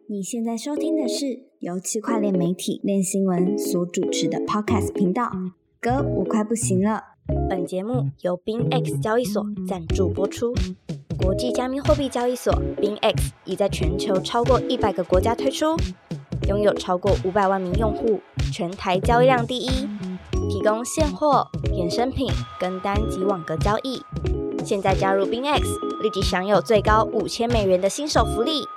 你现在收听的是由区块链媒体链新闻所主持的 Podcast 频道。哥，我快不行了。 本节目由 BingX 交易所赞助播出。国际加密货币交易所 BingX 已在全球超过100个国家推出，拥有超过500万名用户，全台交易量第一，提供现货、衍生品、跟单及网格交易。现在加入 BingX， 立即享有最高$5000的新手福利。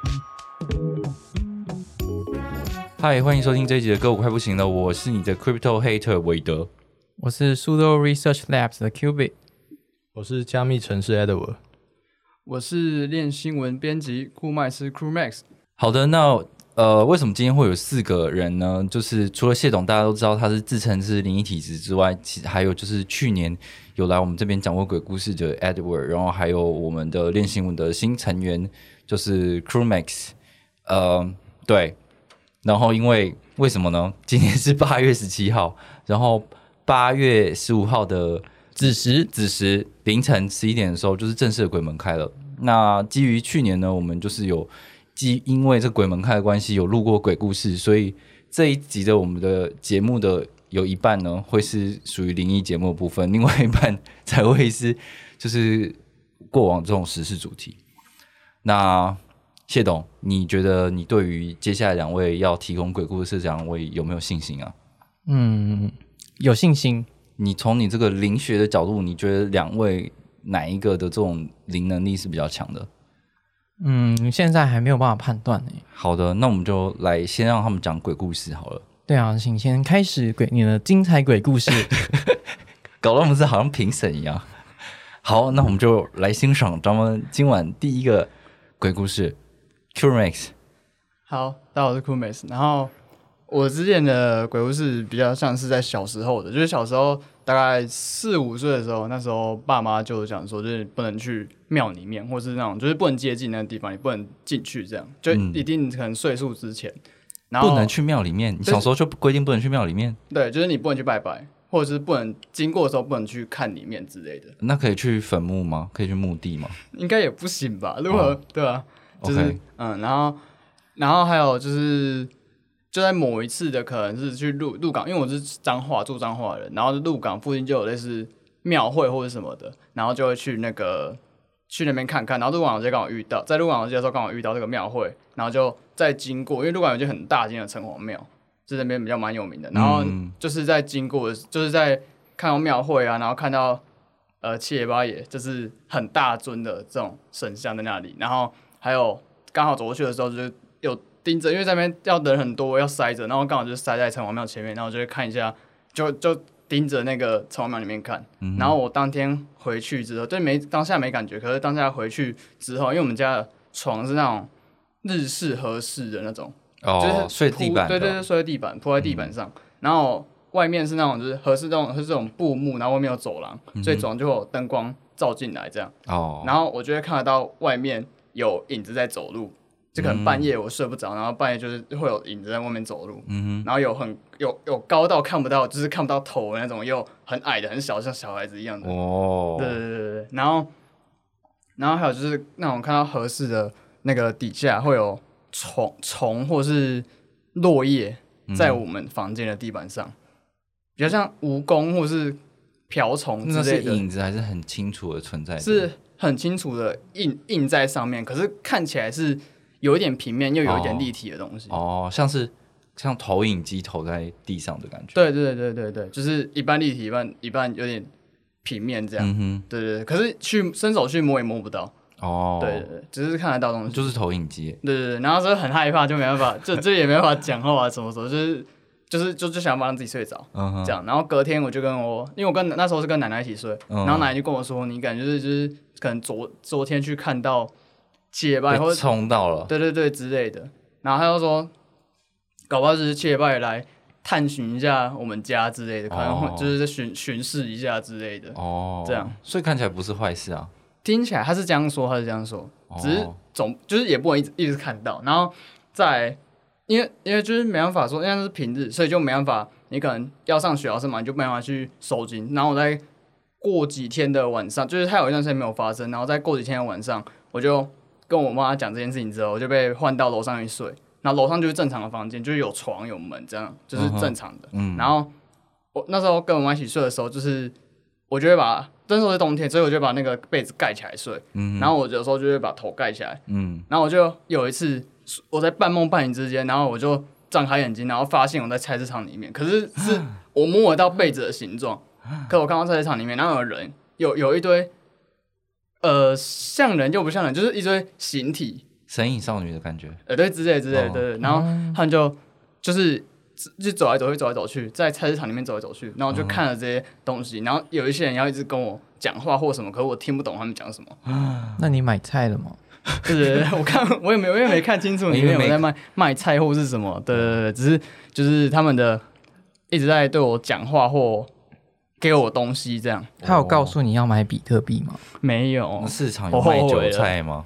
嗨，欢迎收听这一集的歌，我快不行了。我是你的 Crypto Hater 韦德， 我是 Sudo Research Labs 的 Qubit， 我是加密城市 Edward， 我是链新闻编辑库麦斯 Crewmax。 好的，那为什么今天会有4个人呢？就是除了谢董大家都知道他是自称是灵异体质之外，其实还有就是去年有来我们这边讲过鬼故事的 Edward， 然后还有我们的链新闻的新成员就是 Crewmax， 对。然后为什么呢？今天是8月17号，然后8月15号的子时凌晨11点的时候，就是正式的鬼门开了。那基于去年呢，我们就是因为这鬼门开的关系，有录过鬼故事，所以这一集的我们的节目的有一半呢会是属于灵异节目的部分，另外一半才会是就是过往这种时事主题。那谢董，你觉得你对于接下来2位要提供鬼故事这2位有没有信心啊？ 有信心。 你从你这个灵学的角度，你觉得2位哪一个的这种灵能力是比较强的？ 现在还没有办法判断耶。 好的，那我们就来先让他们讲鬼故事好了。 对啊，请先开始你的精彩鬼故事。 搞得我们是好像评审一样。好，那我们就来欣赏咱们今晚第一个鬼故事。Crewmax， 好，大家好，我是 Crewmax。然后我之前的鬼故事比较像是在小时候的，就是小时候大概4、5岁的时候，那时候爸妈就讲说，就是不能去庙里面，或是那种就是不能接近那个地方，你不能进去，这样就一定可能岁数之前，然后不能去庙里面。你小时候就规定不能去庙里面？ 对，就是你不能去拜拜，或者是不能经过的时候不能去看里面之类的。 那可以去坟墓吗？可以去墓地吗？ 应该也不行吧？如果对啊。就是 okay. 然后还有就是就在某一次的可能是去鹿港，因为我是住彰化的人，然后鹿港附近就有类似庙会或者什么的，然后就会去那边看看，然后鹿港有街刚好遇到，在鹿港有街的时候刚好遇到这个庙会，然后就再经过，因为鹿港有间很大间的城隍庙，是那边比较蛮有名的，然后就是在经过，就是在看到庙会啊，然后看到七爷八爷，就是很大尊的这种神像在那里，然后还有刚好走过去的时候，就是有盯着，因为在那边要人很多，要塞着，然后刚好就塞在城隍庙前面，然后就会看一下，就盯着那个城隍庙里面看。然后我当天回去之后，当下没感觉，可是当下回去之后，因为我们家的床是那种日式和式的那种，就是睡地板的， 对，睡在地板，铺在地板上，然后外面是那种就是和式这种布幕，然后外面有走廊，所以走廊就会有灯光照进来这样。然后我就会看得到外面有影子在走路，就可能半夜我睡不着，然后半夜就是会有影子在外面走路，然后有高到看不到，就是看不到头的那种，又很矮的，很小，像小孩子一样的。对，然后还有就是那种看到合适的那个底下会有虫或是落叶在我们房间的地板上，比较像蜈蚣或是瓢虫之类的。 那是影子还是很清楚的存在？ 是很清楚的印在上面，可是看起来是有一点平面又有一点立体的东西。 像投影机投在地上的感觉。 对，就是一半立体一半有点平面这样。对，可是伸手去摸也摸不到。对，只是看得到东西， 就是投影机。 对，然后所以很害怕，就没办法，这也没办法讲话什么，就想办法让自己睡着，这样。然后隔天我就因为我那时候是跟奶奶一起睡，然后奶奶就跟我说，你感觉就是可能昨天去看到七爷八爷或者冲到了， 对之类的。然后他就说，搞不好就是七爷八爷来探寻一下我们家之类的，可能会就是在巡视一下之类的。这样， 所以看起来不是坏事啊。 听起来他是这样说，只是就是也不能一直看到。然后再因为就是没办法说，因为那是平日，所以就没办法，你可能要上学要什么，你就没办法去收金。然后我再过几天的晚上，就是他有一段时间没有发生，然后再过几天的晚上，我就跟我妈讲这件事情之后，我就被换到楼上去睡。 然后楼上就是正常的房间，就是有床有门这样，就是正常的。然后我那时候跟我妈一起睡的时候，就是我就会把那时候是冬天，所以我就把那个被子盖起来睡。然后我有时候就会把头盖起来。然后我就有一次我在半梦半醒之间，然后我就张开眼睛，然后发现我在菜市场里面，可是我摸得到被子的形状，可我看到菜市场里面，然后有人有一堆像人又不像人，就是一堆形体， 神隐少女的感觉， 对之类的，对。然后他们就是走来走去，在菜市场里面走来走去，然后我就看了这些东西，然后有一些人要一直跟我讲话或什么，可是我听不懂他们讲什么。 那你买菜了吗？ 对，我也没看清楚里面有在卖菜或是什么，对，只是就是他们的一直在对我讲话或给我东西这样。 他有告诉你要买比特币吗？ 没有。 市场有卖韭菜吗？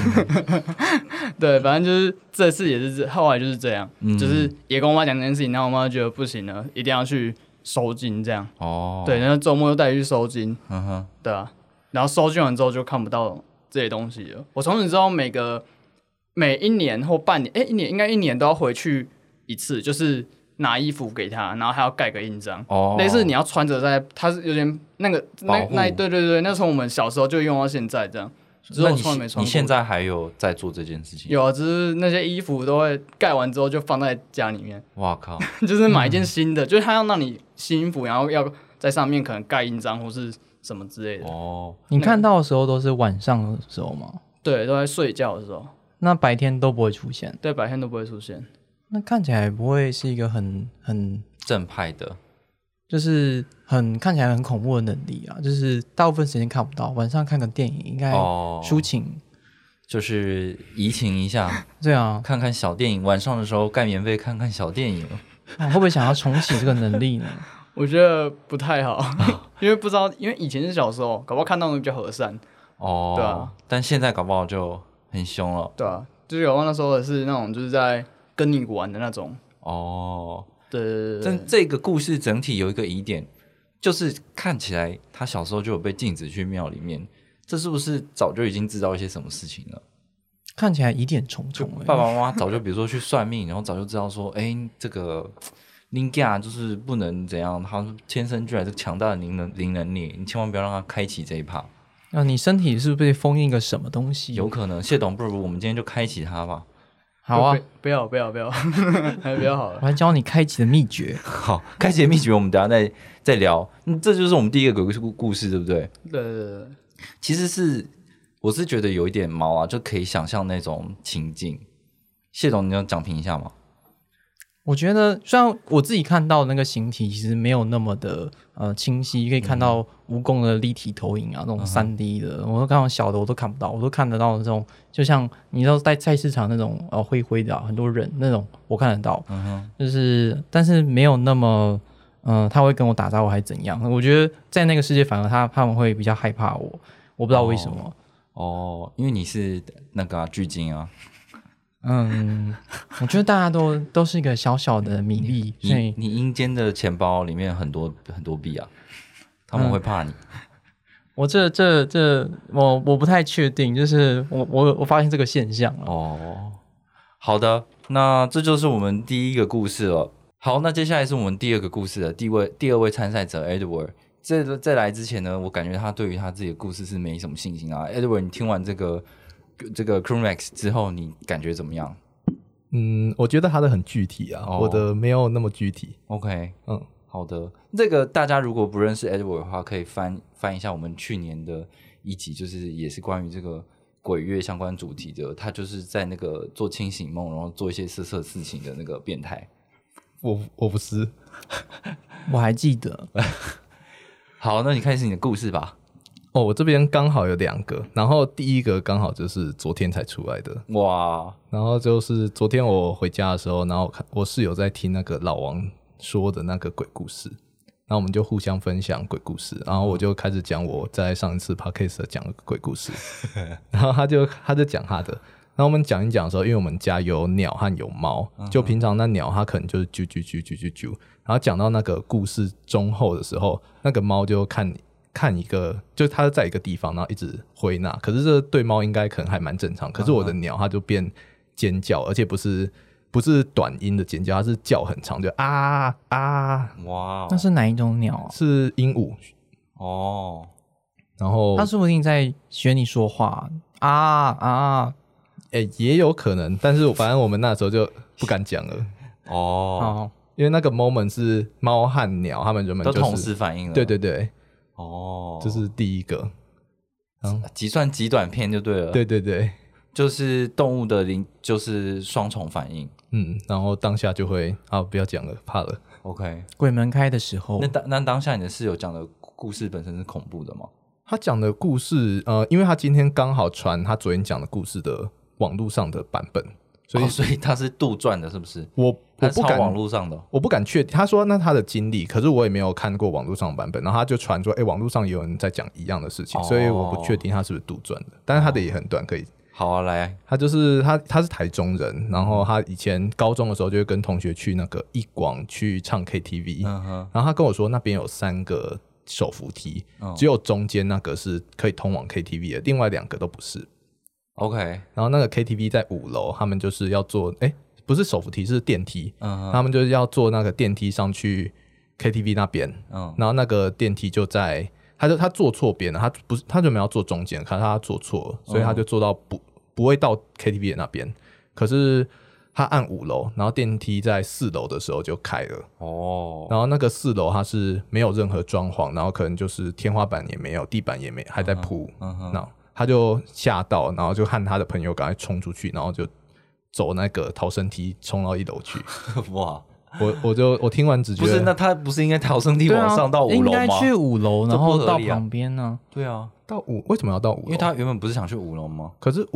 对，反正就是这次也是后来就是这样，就是也跟我妈讲这件事情，然后我妈觉得不行了，一定要去收金这样。对，然后周末又带去收金。对啊，然后收金完之后就看不到这些东西了。我从此之后每一年或半年，一年都要回去一次，就是拿衣服给他，然后还要盖个印章，类似你要穿着在，他是有点对，那从我们小时候就用到现在这样。只是我从来没穿过。 你现在还有在做这件事情？ 有啊，只是那些衣服都会盖完之后就放在家里面。 哇靠！ 就是买一件新的，就是他要让你新衣服，然后要在上面可能盖印章或是什么之类的。 你看到的时候都是晚上的时候吗？ 对，都在睡觉的时候。 那白天都不会出现？ 对，白天都不会出现。 那看起来不会是一个很正派的， 就是看起来很恐怖的能力啊！就是大部分时间看不到，晚上看个电影应该抒情， 就是怡情一下。 对啊， 看看小电影，晚上的时候盖棉被看看小电影。 会不会想要重启这个能力呢？ 我觉得不太好，因为不知道，因为以前是小时候，搞不好看到的比较和善。对啊， 但现在搞不好就很凶了。 对啊，就是有那时候的是那种就是在跟你玩的那种。对。 但这个故事整体有一个疑点，就是看起来他小时候就有被禁止去庙里面，这是不是早就已经知道一些什么事情了？ 看起来疑点重重。 爸爸妈妈早就比如说去算命，然后早就知道说，这个林家就是不能怎样，他天生就来这强大的灵能力，你千万不要让他开启这一趴。 你身体是不是被封印个什么东西？ 有可能，谢董，不如我们今天就开启它吧。 好啊，不要，还比较好了。 我还教你开启的秘诀。 好，开启的秘诀我们等一下再聊。这就是我们第一个鬼故事，对不对？ 对。 其实我是觉得有一点毛啊，就可以想象那种情境。谢董，你要讲评一下吗？ 我觉得虽然我自己看到那个形体其实没有那么的清晰，可以看到蜈蚣的立体投影啊，那种3D 的，我都看到小的我都看不到，我都看得到这种，就像你知道在菜市场那种灰的很多人那种我看得到，就是但是没有那么他会跟我打招呼还是怎样？我觉得在那个世界反而他们会比较害怕我不知道为什么。 因为你是那个巨鲸啊。 我觉得大家都是一个小小的米粒，所以你阴间的钱包里面很多很多币啊，他们会怕你。 我我不太确定，就是我发现这个现象了。 好的，那这就是我们第一个故事了。好，那接下来是我们第二个故事的第二位参赛者 Edward。在来之前呢，我感觉他对于他自己的故事是没什么信心啊。Edward，你听完这个 Crewmax 之后，你感觉怎么样？ 我觉得他的很具体啊，我的没有那么具体。 OK，好的。这个大家如果不认识 Edward 的话，可以翻一下我们去年的一集，就是也是关于这个鬼月相关主题的。他就是在那个做清醒梦，然后做一些色事情的那个变态。 我不是， 我还记得。 好，那你开始你的故事吧。 我这边刚好有2个，然后第一个刚好就是昨天才出来的。 哇！ 然后就是昨天我回家的时候，然后我室友在听那个老王说的那个鬼故事，然后我们就互相分享鬼故事，然后我就开始讲我在上一次 podcast 讲的鬼故事，然后他就讲他的。然后我们讲一讲的时候，因为我们家有鸟和有猫，就平常那鸟它可能就是啾啾啾啾啾啾，然后讲到那个故事中后的时候，那个猫就看一个，就是它在一个地方，然后一直挥那，可是这对猫应该可能还蛮正常，可是我的鸟它就变尖叫，而且不是不是短音的尖叫，它是叫很长，就啊啊， 哇， 那是哪一种鸟啊？ 是鹦鹉哦， 然后它说不定在学你说话啊啊也有可能，但是反正我们那时候就不敢讲了， 哦， 哦， 因为那个 moment 是猫和鸟，他们原本就是都同时反应了， 对对对， 哦， 这是第一个， 算极短片就对了， 对对对， 就是动物的就是双重反应。 然后当下就会不要讲了，怕了。 OK， 鬼门开的时候， 那当下你的室友讲的故事本身是恐怖的吗？ 他讲的故事，因为他今天刚好传他昨天讲的故事的网络上的版本，所以他是杜撰的，是不是？ 我他是抄不敢网络上的， 我不敢确定。他说那他的经历，可是我也没有看过网络上的版本，然后他就传说，网络上有人在讲一样的事情，所以我不确定他是不是杜撰的，但是他的也很短，可以。 好啊，来， 他就是他是台中人，然后他以前高中的时候就会跟同学去那个一广去唱 KTV，然后他跟我说那边有3个手扶梯，只有中间那个是可以通往 KTV 的，另外2个都不是。 OK， 然后那个 KTV 在5楼，他们就是要坐，不是手扶梯，是电梯，他们就是要坐那个电梯上去 KTV 那边，然后那个电梯就在，他坐错边了，他就没有坐中间，可是他坐错了，所以他就坐到不会到 KTV 的那边，可是他按5楼，然后电梯在4楼的时候就开了，然后那个4楼它是没有任何装潢，然后可能就是天花板也没有，地板也没，还在铺，那他就吓到，然后就和他的朋友赶快冲出去，然后就走那个逃生梯冲到1楼去。 哇！ 我听完只觉得不是，那他不是应该逃生梯往上到5楼吗？ 应该去5楼，然后到这不合理啊旁边呢。 对啊， 到5为什么要到5楼？ 因为他原本不是想去5楼吗？ 可是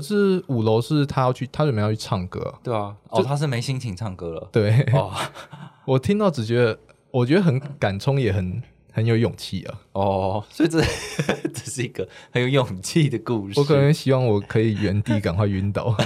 5楼是他准备要去唱歌， 对啊，他是没心情唱歌了。 对， 我听到只觉得，我觉得很敢冲，也很有勇气啊。 所以这是一个很有勇气的故事。 我可能希望我可以原地赶快晕倒。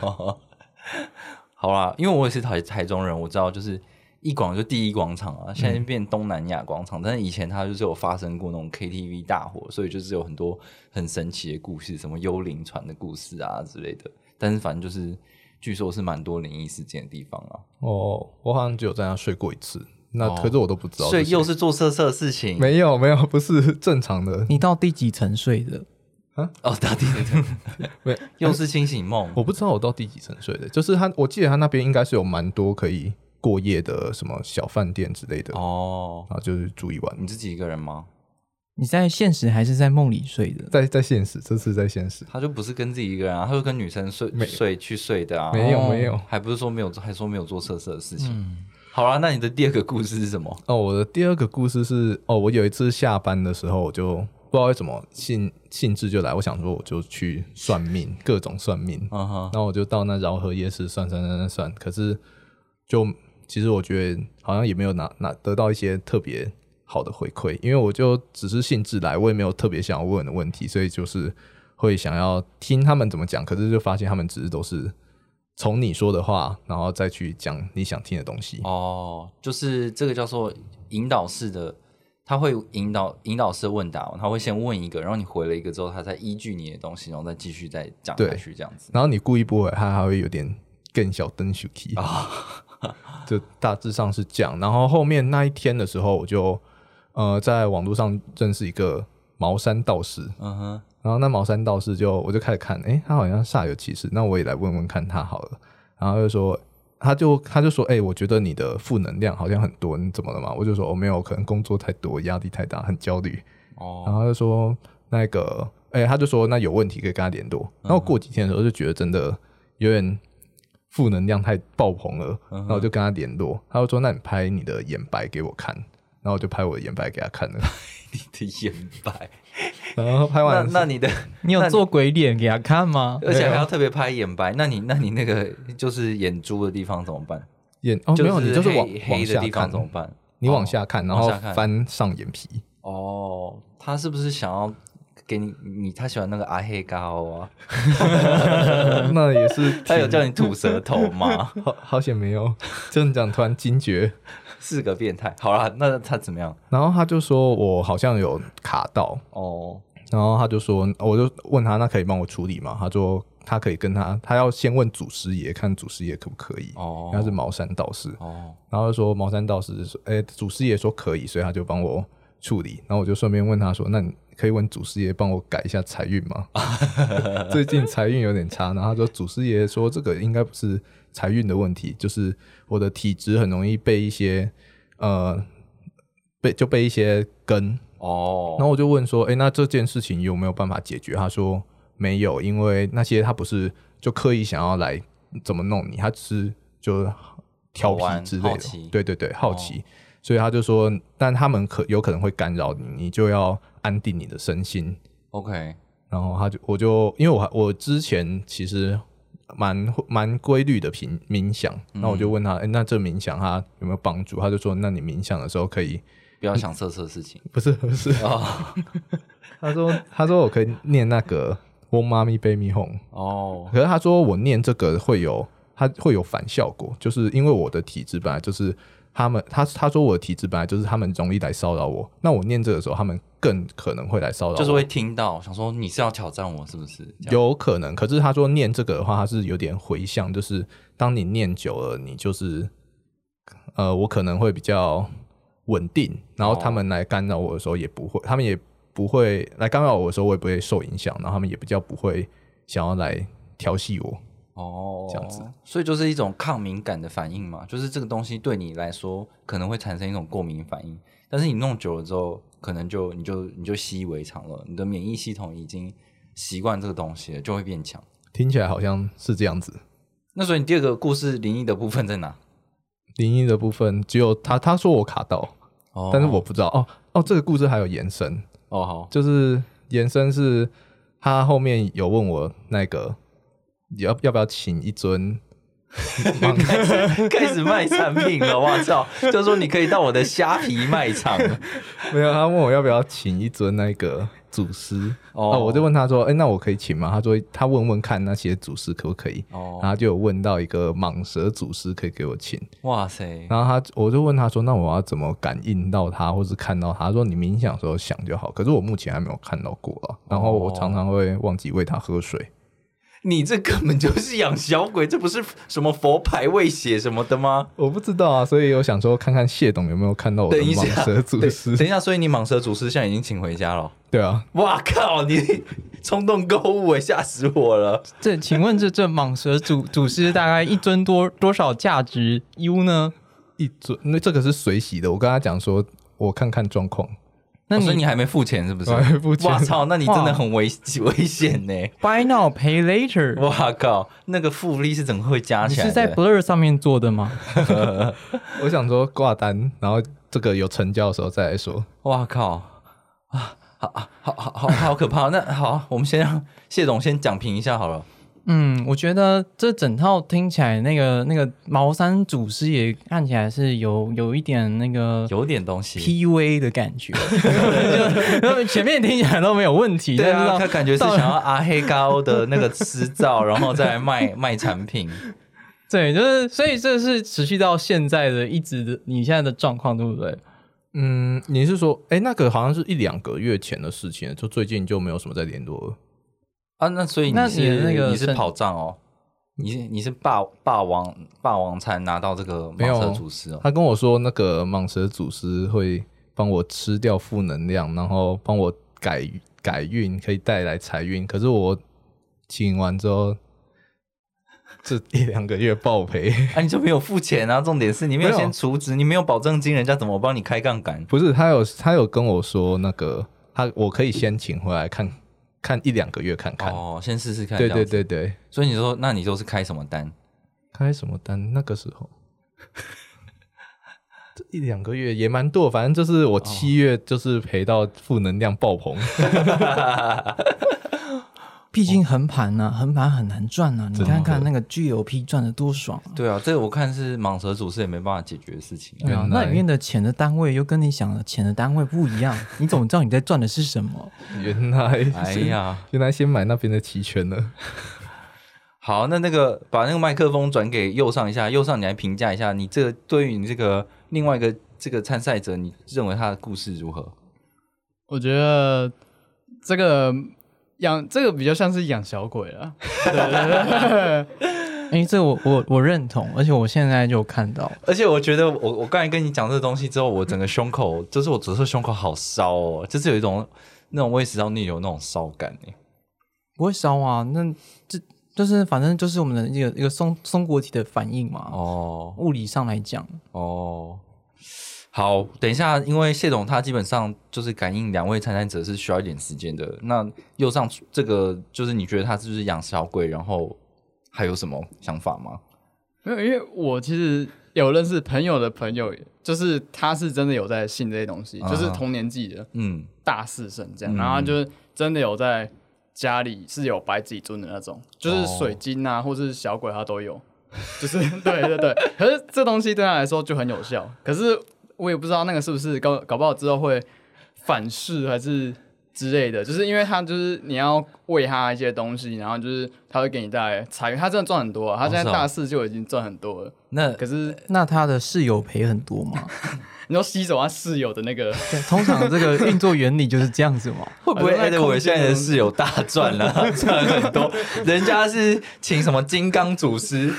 好啦，因为我也是台中人，我知道就是一广就第一广场啊，现在变东南亚广场，但是以前它就是有发生过那种 KTV 大火，所以就是有很多很神奇的故事，什么幽灵船的故事啊之类的。但是反正就是据说是蛮多灵异事件的地方啊。 我好像只有在那睡过一次，可是我都不知道。 所以又是做色的事情？ 没有，不是正常的。 你到第几层睡的？ 到第几层？又是清醒梦？ 我不知道我到第几层睡的，就是我记得他那边应该是有蛮多可以过夜的什么小饭店之类的然后就是住一晚。 你自己一个人吗？ 你在现实还是在梦里睡的？ 在现实，这次在现实。 他就不是跟自己一个人啊，他就跟女生睡的啊。 没有， 还不是说没有，还说没有做色的事情。好啦，那你的第2个故事是什么？ 我的第2个故事是我有一次下班的时候，我就不知道为什么兴致就来，我想说我就去算命，各种算命。然后我就到那饶河夜市算，可是其实我觉得好像也没有得到一些特别好的回馈，因为我就只是兴致来，我也没有特别想要问的问题，所以就是会想要听他们怎么讲，可是就发现他们只是都是从你说的话，然后再去讲你想听的东西。 就是这个叫做引导式的，他会引导式的问答，他会先问一个，然后你回了一个之后，他再依据你的东西，然后再继续再讲下去这样子。 然后你故意不回，他还会有点更小灯手气就大致上是这样。然后后面那一天的时候，我就在网络上认识一个茅山道士，然后那茅山道士我就开始看，他好像煞有其事，那我也来问问看他好了。然后他就说，我觉得你的负能量好像很多，你怎么了嘛？我就说没有，可能工作太多，压力太大，很焦虑。然后他就说那个，他就说那有问题可以跟他联络。然后过几天的时候就觉得真的有点负能量太爆棚了，然后我就跟他联络，他就说那你拍你的眼白给我看，然后我就拍我的眼白给他看了。 你的眼白， 然后拍完那你有做鬼脸给他看吗？ 而且还要特别拍眼白，那你那个就是眼珠的地方怎么办？ 没有，你就是黑的地方怎么办？ 你往下看，然后翻上眼皮。 他是不是想要给你他喜欢那个阿黑高啊？ 那也是。 他有叫你吐舌头吗？ 好险没有，这样讲突然惊觉是个变态。好啦，那他怎么样？ 然后他就说我好像有卡到然后他就说，我就问他那可以帮我处理吗？他说他可以跟他要先问祖师爷，看祖师爷可不可以。 哦， 他是茅山道士。 哦， 然后就说茅山道士说，祖师爷说可以，所以他就帮我处理。然后我就顺便问他说，那你可以问祖师爷帮我改一下财运吗？最近财运有点差。然后他说祖师爷说这个应该不是财运的问题，就是我的体质很容易被一些被一些根。 哦， 然后我就问说，那这件事情有没有办法解决？他说没有，因为那些他不是就刻意想要来怎么弄你，他只是就调皮之类的，对对对，好奇。所以他就说，但他们有可能会干扰你，你就要安定你的身心。 OK， 然后我就因为我之前其实蛮规律的冥想，那我就问他，那这冥想他有没有帮助？他就说，那你冥想的时候可以不要想色色的事情。 不是哦， 他说我可以念那个 Warm Mommy Baby Home 哦， 可是他说我念这个会有反效果，就是因为我的体质本来就是他说我的体质本来就是他们容易来骚扰我，那我念这个的时候他们更可能会来骚扰我， 就是会听到想说你是要挑战我是不是？ 有可能，可是他说念这个的话他是有点回向，就是当你念久了你就是我可能会比较稳定，然后他们来干扰我的时候也不会，他们也不会来干扰我的时候我也不会受影响，然后他们也比较不会想要来调戏我。 哦， 这样子， 所以就是一种抗敏感的反应嘛，就是这个东西对你来说可能会产生一种过敏反应，但是你弄久了之后，可能你就习以为常了，你的免疫系统已经习惯这个东西了，就会变强。 听起来好像是这样子。 那所以你第二个故事灵异的部分在哪？ 灵异的部分只有他说我卡到，但是我不知道这个故事还有延伸好， 就是延伸是他后面有问我那个要不要请一尊开始卖产品了，我操！就说你可以到我的虾皮卖场。 没有，他问我要不要请一尊那个祖师我就问他说那我可以请吗？他说他问看那些祖师可不可以然后就有问到一个蟒蛇祖师可以给我请。 哇塞！ 然后我就问他说那我要怎么感应到他或是看到他？他说你冥想的时候想就好，可是我目前还没有看到过然后我常常会忘记喂他喝水。 你这根本就是养小鬼，这不是什么佛牌喂血什么的吗？ 我不知道所以我想说看看谢董有没有看到我的蟒蛇祖师。 等一下，所以你蟒蛇祖师现在已经请回家了？ 对啊。哇靠，你冲动购物吓死我了。 请问这蟒蛇祖师大概一尊多少价值 U 呢？ 一尊，那这个是随喜的，我跟他讲说我看看状况。 那所以你还没付钱是不是？ 我还没付钱。 哇操，那你真的很危险呢。 Buy now, pay later。 哇靠，那个复利是怎么会加起来的？ 你是在 Blur 上面做的吗？ 我想说挂单，然后这个有成交的时候再来说。 哇靠好可怕。那好，我们先让谢总先讲评一下好了。 我觉得这整套听起来那个茅山祖师也看起来是有一点那个有点东西 PUA 的感觉，就前面听起来都没有问题。 对啊，他感觉是想要阿黑高的那个吃照，然后再来卖产品。 对，就是所以这是持续到现在的一直的你现在的状况，对不对？ 你是说那个好像是1-2个月前的事情，就最近就没有什么再联络了。 那所以你是跑账你是霸王餐拿到这个蟒蛇祖师他跟我说那个蟒蛇祖师会帮我吃掉负能量，然后帮我改运，可以带来财运。可是我请完之后这1-2个月爆赔你就没有付钱啊？重点是你没有先储值，你没有保证金，人家怎么帮你开杠杆？ 不是，他有跟我说那个我可以先请回来看1-2个月看看先试试看。 对， 所以你说那你都是开什么单？ 开什么单？那个时候这1-2个月也蛮多，反正就是我7月就是赔到负能量爆棚。 毕竟横盘很难赚你看看那个 GLP 赚得多爽对啊，这个我看是蟒蛇祖师也没办法解决的事情。 对啊，那里面的钱的单位又跟你想的钱的单位不一样，你怎么知道你在赚的是什么？ 原来先买那边的期权了。 好，那个把那个麦克风转给右上一下，右上你来评价一下，你这个对于你这个另外一个这个参赛者，你认为他的故事如何？ 我觉得这个这个比较像是养小鬼啦。对， 这我认同，而且我现在就看到， 而且我觉得我刚才跟你讲这个东西之后，我整个胸口就是我左侧胸口好烧哦，就是有一种那种胃食道逆流那种烧感哎。 不会烧啊，那就是反正就是我们的一个松果体的反应嘛。哦，物理上来讲。哦， 好，等一下，因为谢董他基本上就是感应2位参赛者是需要一点时间的。那右上这个就是你觉得他是不是养小鬼？然后还有什么想法吗？ 没有，因为我其实有认识朋友的朋友，就是他是真的有在信这些东西，就是同年纪的，大四生这样，然后他就是真的有在家里是有摆自己尊的那种，就是水晶啊，或是小鬼他都有，就是对对对。可是这东西对他来说就很有效，可是我也不知道那个是不是搞不好之后会反噬还是之类的，就是因为他就是你要喂他一些东西，然后就是他会给你带来财源，他真的赚很多啊，他现在大四就已经赚很多了。可是那他的室友赔很多吗？ 你说吸走他室友的那个， 对，通常这个运作原理就是这样子嘛。 会不会我现在的室友大赚了，赚很多？人家是请什么金刚祖师？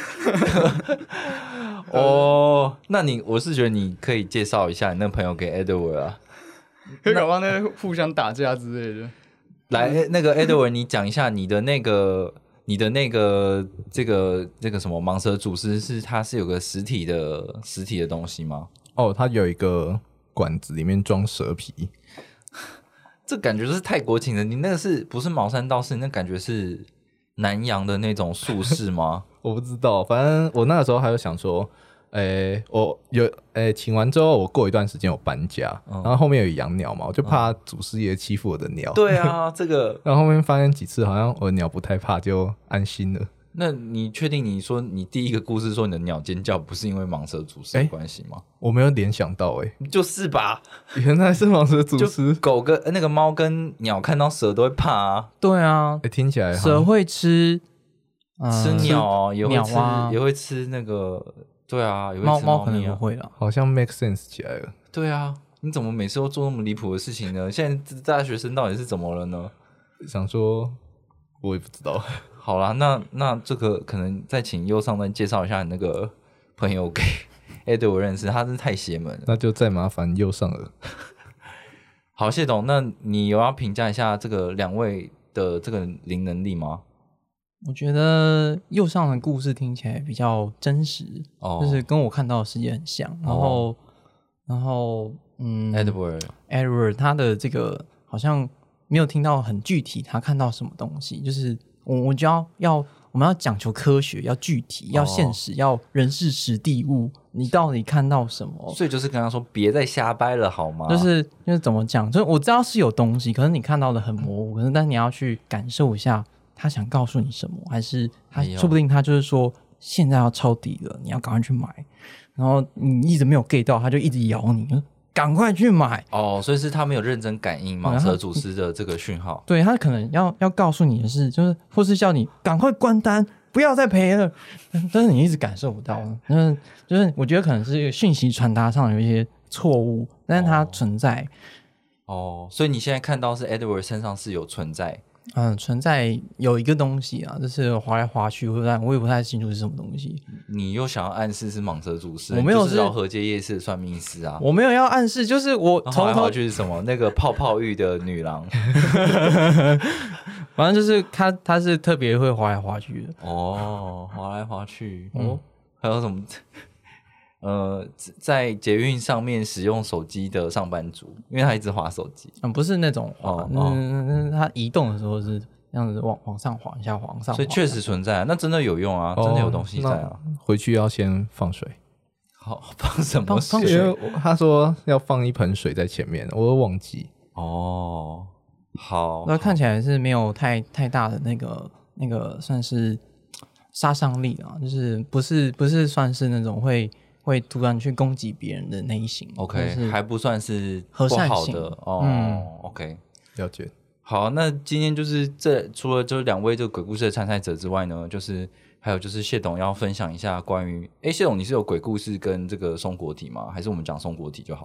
哦，那我是觉得你可以介绍一下你那朋友给 Edward 啊， 可以搞不好那互相打架之类的。 来，那个 Edward， 你讲一下你的那个这个什么蟒蛇祖师它是有个实体的东西吗？ 哦，它有一个管子，里面装蛇皮。 这感觉就是泰国请的，你那个是不是茅山道士？那感觉是南洋的那种术士吗？ 我不知道，反正我那个时候还有想说，我有请完之后，我过一段时间有搬家，然后后面有养鸟嘛，我就怕祖师爷欺负我的鸟。 对啊，这个， 然后后面发现几次好像我的鸟不太怕，就安心了。 那你确定你说你第一个故事说你的鸟尖叫不是因为蟒蛇祖师的关系吗？ 我没有联想到就是吧， 原来是蟒蛇祖师。 狗跟那个猫跟鸟看到蛇都会怕啊。 对啊， 听起来蛇会吃鸟也会吃， 鸟啊， 也会吃那个，对啊，也会吃猫可能不会啦， 好像 make sense 起来了。 对啊，你怎么每次都做那么离谱的事情呢？现在大学生到底是怎么了呢？ 想说，我也不知道。 好啦，那这个可能再请右上再介绍一下你那个朋友给Edward认识，他真是太邪门了。 那就再麻烦右上了。 好，谢董，那你有要评价一下这个2位的这个灵能力吗？ 我觉得右上的故事听起来比较真实，就是跟我看到的世界很像。然后Edward 他的这个好像没有听到很具体，他看到什么东西，就是我就我们要讲求科学，要具体，要现实，要人事实地物，你到底看到什么？ 所以就是跟他说别再瞎掰了好吗？ 就是怎么讲？就是我知道是有东西，可是你看到的很模糊，可是但你要去感受一下。他想告诉你什么，还是他说不定他就是说现在要抄底了，你要赶快去买，然后你一直没有 get 到，他就一直咬你，赶快去买。 所以是他没有认真感应蟒蛇祖师的这个讯号。 对，他可能要告诉你的是，就是或是叫你赶快关单，不要再赔了，但是你一直感受不到，就是我觉得可能是讯息传达上有一些错误，但是它存在。 所以你现在看到是 Edward 身上是有存在。 存在有一个东西啊，就是滑来滑去，我也不太清楚是什么东西。 你又想要暗示是蟒蛇祖师？ 我没有， 就是饶河街夜市的算命师啊。 我没有要暗示，就是我滑来滑去是什么？那个泡泡浴的女郎。 反正就是他是特别会滑来滑去的。 滑来滑去。还有什么？在捷运上面使用手机的上班族，因为他一直滑手机。 不是那种滑，他移动的时候是这样子往上滑一下，往上滑。 所以确实存在，那真的有用啊，真的有东西在啊。 回去要先放水。 好，放什么水？ 因为他说要放一盆水在前面，我都忘记。 好， 那看起来是没有太大的那个算是杀伤力啊，就是不是算是那种会突然去攻击别人的那一型。 OK， 还不算是和善型的OK， 了解。 好，那今天就是除了就是2位这个鬼故事的参赛者之外呢，就是还有就是谢董要分享一下关于谢董你是有鬼故事跟这个松果体吗？还是我们讲松果体就好了？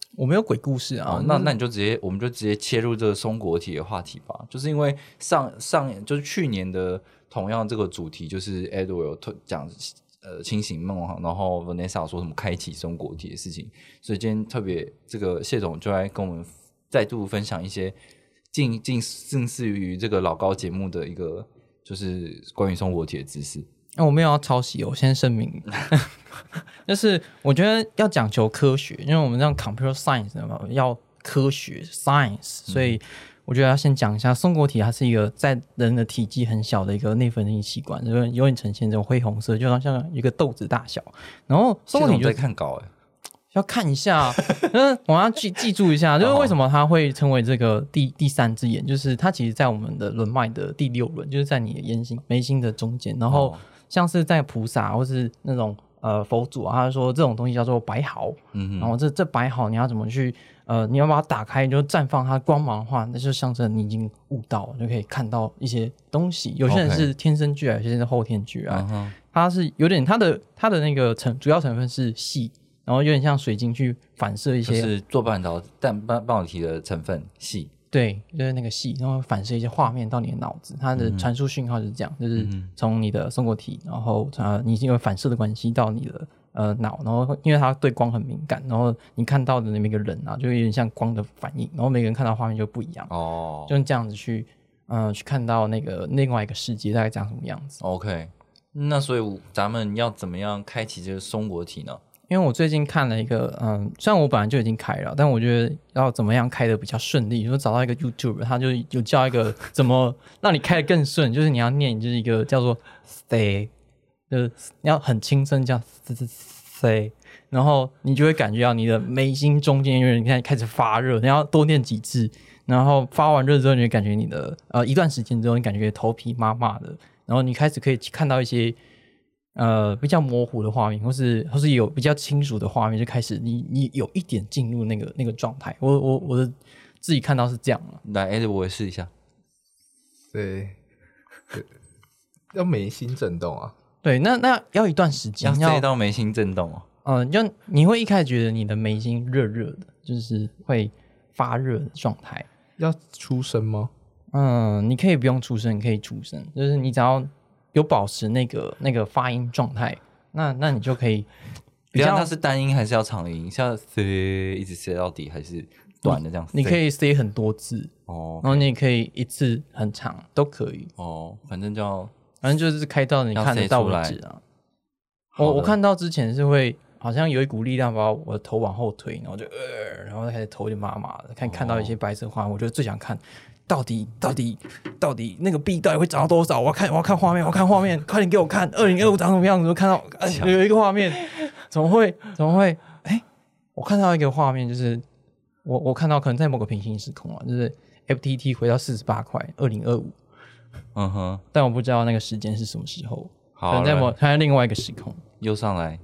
我没有鬼故事啊。 那你就我们就直接切入这个松果体的话题吧。就是因为就是去年的同样这个主题，就是 Edward 有讲清醒梦，然后 Vanessa 说什么开启松果体的事情，所以今天特别这个谢总就来跟我们再度分享一些近似于这个老高节目的一个就是关于松果体的知识。 我没有要抄袭，我先声明，就是我觉得要讲求科学，因为我们这样 computer science 要科学 science， 所以我觉得要先讲一下松果体，它是一个在人的体积很小的一个内分泌器官，就是有点呈现这种灰红色，就像一个豆子大小。然后松果体在看稿要看一下，我要记住一下，就是为什么它会称为这个第三只眼，就是它其实在我们的轮脉的第6轮，就是在你的眉心的中间，然后像是在菩萨或是那种佛祖啊，他说这种东西叫做白毫，然后这白毫你要怎么去你要把它打开，就绽放它光芒的话，那就象征你已经悟到，就可以看到一些东西。有些人是天生具癌，有些人是后天具癌，它是有点它的那个主要成分是硒。然后有点像水晶去反射一些， 就是做半导体的成分硒， 对，就是那个硒，然后反射一些画面到你的脑子，它的传输讯号就是这样，就是从你的松果体，然后你因为反射的关系到你的脑，然后因为它对光很敏感，然后你看到的每个人啊，就有点像光的反应，然后每个人看到画面就不一样哦，就是这样子去看到那个另外一个世界大概长什么样子。 OK， 那所以咱们要怎么样开启这个松果体呢？ 因为我最近看了一个，虽然我本来就已经开了，但我觉得要怎么样开的比较顺利，就找到一个 YouTube， 他就有教一个怎么让你开的更顺，就是你要念就是一个叫做 stay， 就是你要很轻声叫 stay， 然后你就会感觉到你的眉心中间有点开始发热，你要多念几次，然后发完热之后，你就感觉你的一段时间之后，你感觉头皮麻麻的，然后你开始可以看到一些。比较模糊的画面，或是有比较清楚的画面，就开始你有一点进入那个状态。我的自己看到是这样了。 来，我也试一下。 对，要眉心震动啊。 对，那要一段时间， 要塞到眉心震动哦。 就你会一开始觉得你的眉心热热的，就是会发热的状态。 要出声吗？ 你可以不用出声，你可以出声，就是你只要。有保持那个发音状态，那你就可以比较。 它是单音还是要长音？像 say 一直 say 到底，还是短的这样？ 你可以 say 很多字哦， 然后你也可以一次很长都可以哦。反正就是开到你看得到为止啊。我看到之前是会好像有一股力量把我的头往后推，然后就然后开始头就麻麻的，看到一些白色画面，我就最想看。到底那个币到底会涨到多少？我要看画面，快点给我看2025长什么样子？我看到有一个画面，怎么会？我看到一个画面，就是我看到可能在某个平行时空啊，就是 FTT 回到48块，2025。但我不知道那个时间是什么时候，可能在另外一个时空。 又上来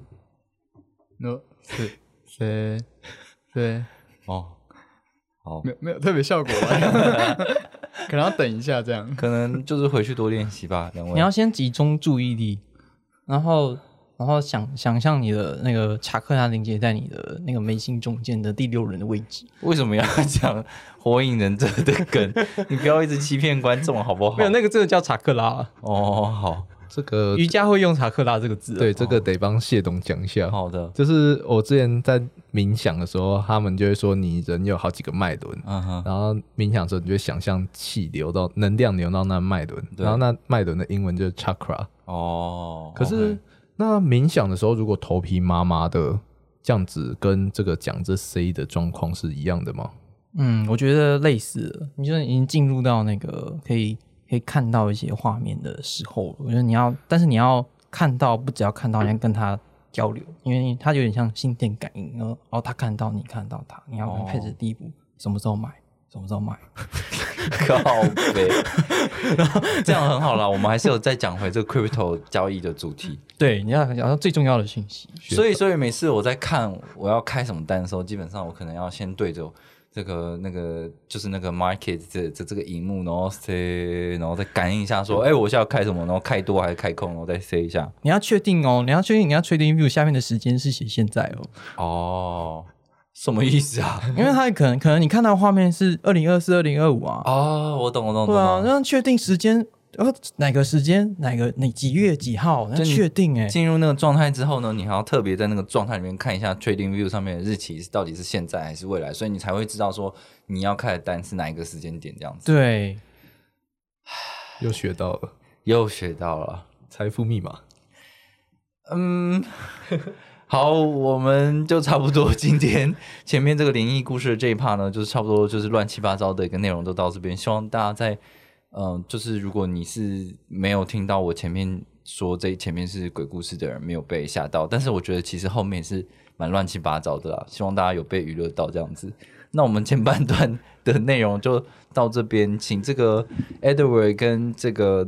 对哦。好， 没有特别效果可能要等一下这样， 可能就是回去多练习吧。两位， 你要先集中注意力，然后想象你的那个查克拉连接在你的那个眉心中间的第6轮的位置。 为什么要讲火影忍者的梗？你不要一直欺骗观众好不好？ 没有，那个真的叫查克拉。 哦，好。 这个瑜伽会用查克拉这个字， 对，这个得帮谢董讲一下。 好的， 就是我之前在冥想的时候，他们就会说你人有好几个脉轮，然后冥想的时候你就会想象气流到能量流到那脉轮，然后那脉轮的英文就是 chakra。 哦， 可是那冥想的时候，如果头皮麻麻的这样子，跟这个讲这 C 的状况是一样的吗？ 我觉得类似了，你就已经进入到那个可以看到一些画面的时候，我觉得但是你要看到，不只要看到，你要跟他交流，因为他有点像心电感应，然后他看到你看到他，你要开始第一步，什么时候买， 靠北，这样很好啦。我们还是有再讲回这个 crypto 交易的主题。 对，你要讲到最重要的讯息。 所以每次我在看我要开什么单的时候，基本上我可能要先对着这个就是那个 market 这个荧幕，然后 say， 然后再感应一下说，我现在要开什么，然后开多还是开空，然后再 say 一下。 你要确定哦，你要确定 view 下面的时间是写现在哦。 什么意思啊？ 因为它可能你看到的画面是2024、2025啊。 哦，我懂。 对啊，那确定时间，哪个时间，哪几月几号，那确定进入那个状态之后呢，你还要特别在那个状态里面看一下 Trading View 上面的日期到底是现在还是未来，所以你才会知道说你要开的单是哪一个时间点这样子。 对， 又学到了财富密码。 好，我们就差不多今天前面这个灵异故事的这一 part 呢，就是差不多就是乱七八糟的一个内容都到这边。希望大家在就是如果你是没有听到我前面说这前面是鬼故事的人，没有被吓到，但是我觉得其实后面是蛮乱七八糟的啦。希望大家有被娱乐到这样子。那我们前半段的内容就到这边，请这个 Edward 跟这个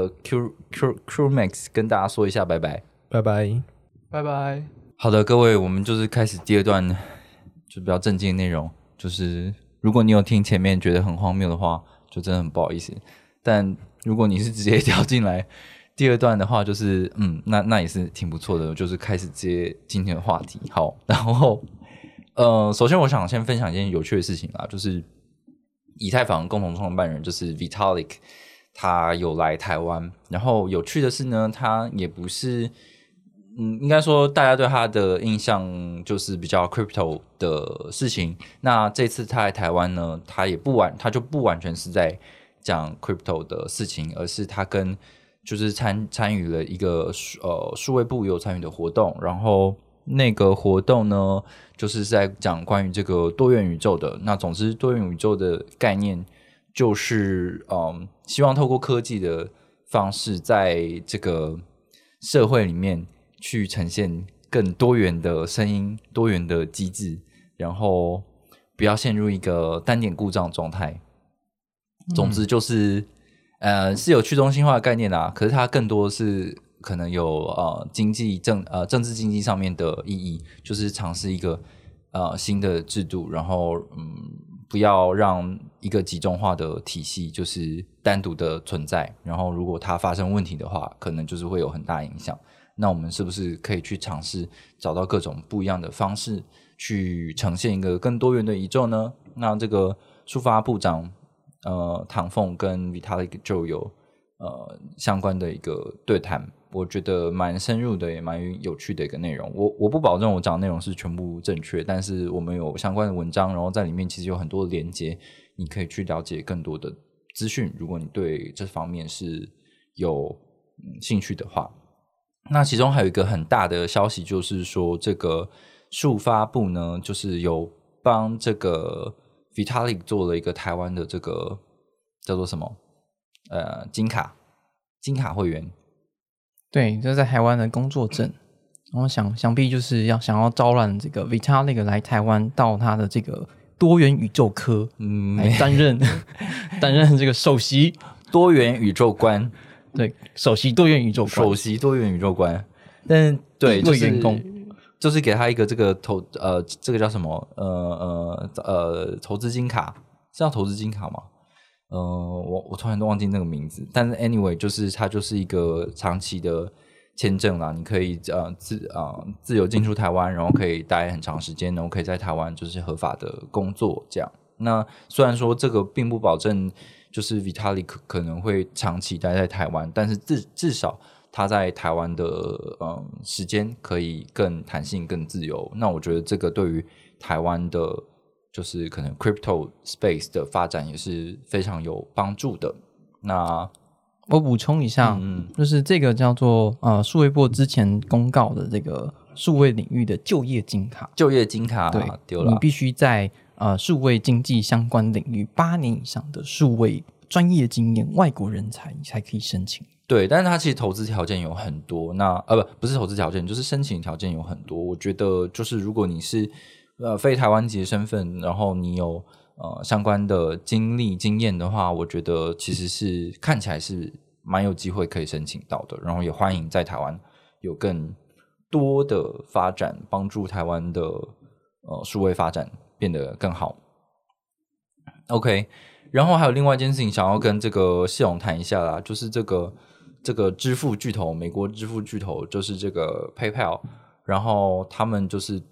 Q-Max 跟大家说一下拜拜。 拜拜， 拜拜。 好的，各位，我们就是开始第二段，就比较正经的内容。就是如果你有听前面觉得很荒谬的话，就真的很不好意思。但如果你是直接跳进来第二段的话，就是那也是挺不错的。就是开始接今天的话题。好，然后首先我想先分享一件有趣的事情啦，就是以太坊共同创办人就是 Vitalik， 他有来台湾。然后有趣的是呢，他也不是。应该说大家对他的印象就是比较 crypto 的事情。那这次他来台湾呢，他就不完全是在讲 crypto 的事情，而是他就是参与了一个数位部有参与的活动。然后那个活动呢，就是在讲关于这个多元宇宙的。那总之多元宇宙的概念就是希望透过科技的方式，在这个社会里面去呈现更多元的声音、多元的机制，然后不要陷入一个单点故障状态。总之就是是有去中心化的概念啦，可是它更多是可能有政治经济上面的意义，就是尝试一个新的制度，然后不要让一个集中化的体系就是单独的存在，然后如果它发生问题的话，可能就是会有很大影响。那我们是不是可以去尝试找到各种不一样的方式，去呈现一个更多元的宇宙呢？那这个抒发部长唐凤跟 Vitalik 就有相关的一个对谈，我觉得蛮深入的，也蛮有趣的一个内容。我不保证我讲的内容是全部正确，但是我们有相关的文章，然后在里面其实有很多的连接，你可以去了解更多的资讯。如果你对这方面是有兴趣的话。那其中还有一个很大的消息，就是说这个数发部呢，就是有帮这个 Vitalik 做了一个台湾的这个叫做什么金卡会员。 对，这是在台湾的工作证。然后想必就是想要招揽这个 Vitalik 来台湾到他的这个多元宇宙科来担任这个首席多元宇宙观。 对，首席多元宇宙观， 但对，就是员工， 就是给他一个这个这个叫什么投资金卡，是叫投资金卡吗？我突然都忘记那个名字，但是 anyway 就是它就是一个长期的签证啦，你可以自由进出台湾，然后可以待很长时间，然后可以在台湾就是合法的工作这样。那虽然说这个并不保证就是 Vitalik 可能会长期待在台湾，但是至少他在台湾的时间可以更弹性、更自由。那我觉得这个对于台湾的就是可能 crypto space 的发展也是非常有帮助的。那我补充一下，就是这个叫做数位部之前公告的这个数位领域的就业金卡， 对，丢了， 你必须在数位经济相关领域8年以上的数位专业经验外国人才才可以申请。 对，但是它其实投资条件有很多，那不是投资条件，就是申请条件有很多。我觉得就是如果你是非台湾籍的身份，然后你有相关的经验的话，我觉得其实是看起来是蛮有机会可以申请到的。然后也欢迎在台湾有更多的发展，帮助台湾的数位发展变得更好。OK， 然后还有另外一件事情想要跟这个系统谈一下啦，就是这个支付巨头，美国支付巨头就是这个 PayPal， 然后他们就是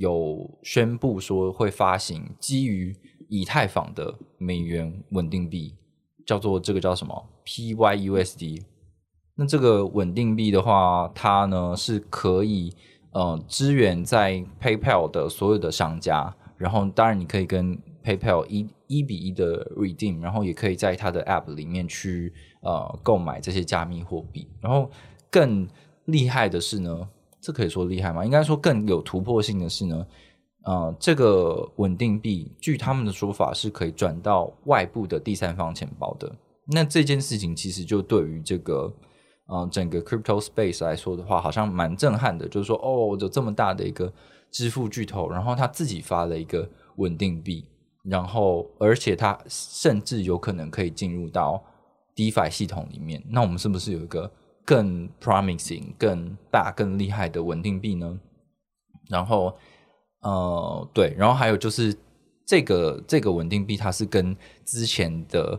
有宣布说会发行基于以太坊的美元稳定币，这个叫什么 PYUSD。那这个稳定币的话，它呢是可以支援在 PayPal 的所有的商家，然后当然你可以跟 PayPal 一比一的 redeem， 然后也可以在它的 App 里面去购买这些加密货币。然后更厉害的是呢，这可以说厉害吗？应该说更有突破性的是呢，这个稳定币据他们的说法是可以转到外部的第三方钱包的。那这件事情其实就对于这个整个 crypto space 来说的话，好像蛮震撼的，就是说有这么大的一个支付巨头，然后他自己发了一个稳定币，然后而且他甚至有可能可以进入到 DeFi 系统里面。那我们是不是有一个更 promising 更大更厉害的稳定币呢？然后对，然后还有就是这个稳定币它是跟之前的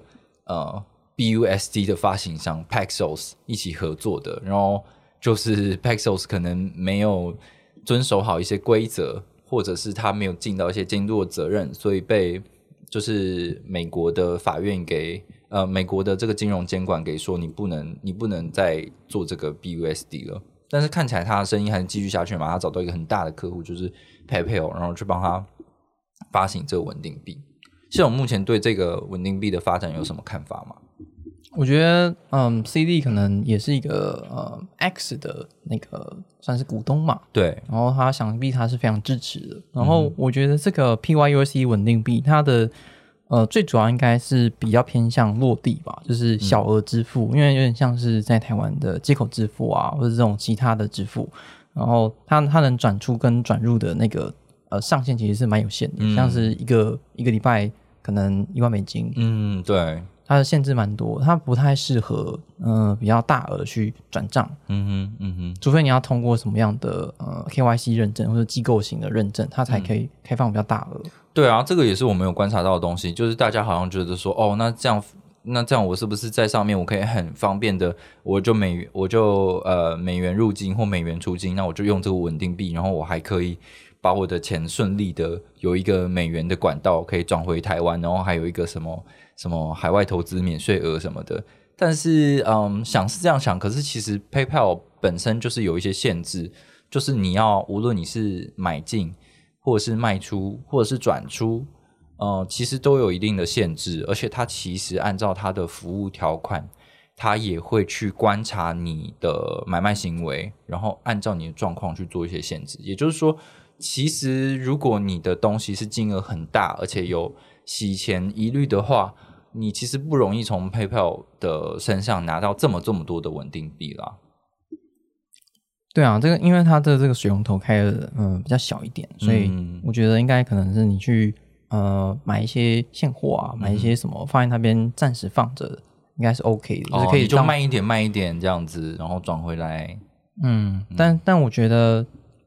BUSD 的发行商 Paxos 一起合作的，然后就是 Paxos 可能没有遵守好一些规则，或者是他没有尽到一些监督的责任，所以被就是美国的法院给美国的这个金融监管给说你不能再做这个 BUSD 了。但是看起来他的生意还是继续下去嘛，他找到一个很大的客户就是 PayPal， 然后去帮他发行这个稳定币。系统目前对这个稳定币的发展有什么看法吗？ 我觉得CD 可能也是一个X 的那个算是股东嘛， 对， 然后他想必他是非常支持的。然后我觉得这个 PYUSD 稳定币它的最主要应该是比较偏向落地吧，就是小额支付，因为有点像是在台湾的街口支付啊，或者这种其他的支付，然后它能转出跟转入的那个上限其实是蛮有限的，像是一个礼拜可能1万美金， 对， 它的限制蛮多，它不太适合比较大额去转账，除非你要通过什么样的KYC 认证或者机构型的认证，它才可以开放比较大额。 对啊，这个也是我们有观察到的东西，就是大家好像觉得说那这样我是不是在上面我可以很方便的我就美元入金或美元出金，那我就用这个稳定币，然后我还可以把我的钱顺利的有一个美元的管道可以转回台湾，然后还有一个什么海外投资免税额什么的。但是想是这样想，可是其实 PayPal 本身就是有一些限制，就是你要无论你是买进或者是卖出或者是转出其实都有一定的限制，而且它其实按照它的服务条款，它也会去观察你的买卖行为，然后按照你的状况去做一些限制。也就是说，其实如果你的东西是金额很大，而且有洗钱疑虑的话，你其实不容易从 PayPal 的身上拿到这么多的稳定币啦。 对啊，这个因为它的这个水龙头开的比较小一点，所以我觉得应该可能是你去买一些现货啊，买一些什么放在那边暂时放着，应该是 OK 的，就是可以你就卖一点这样子，然后转回来。 但我觉得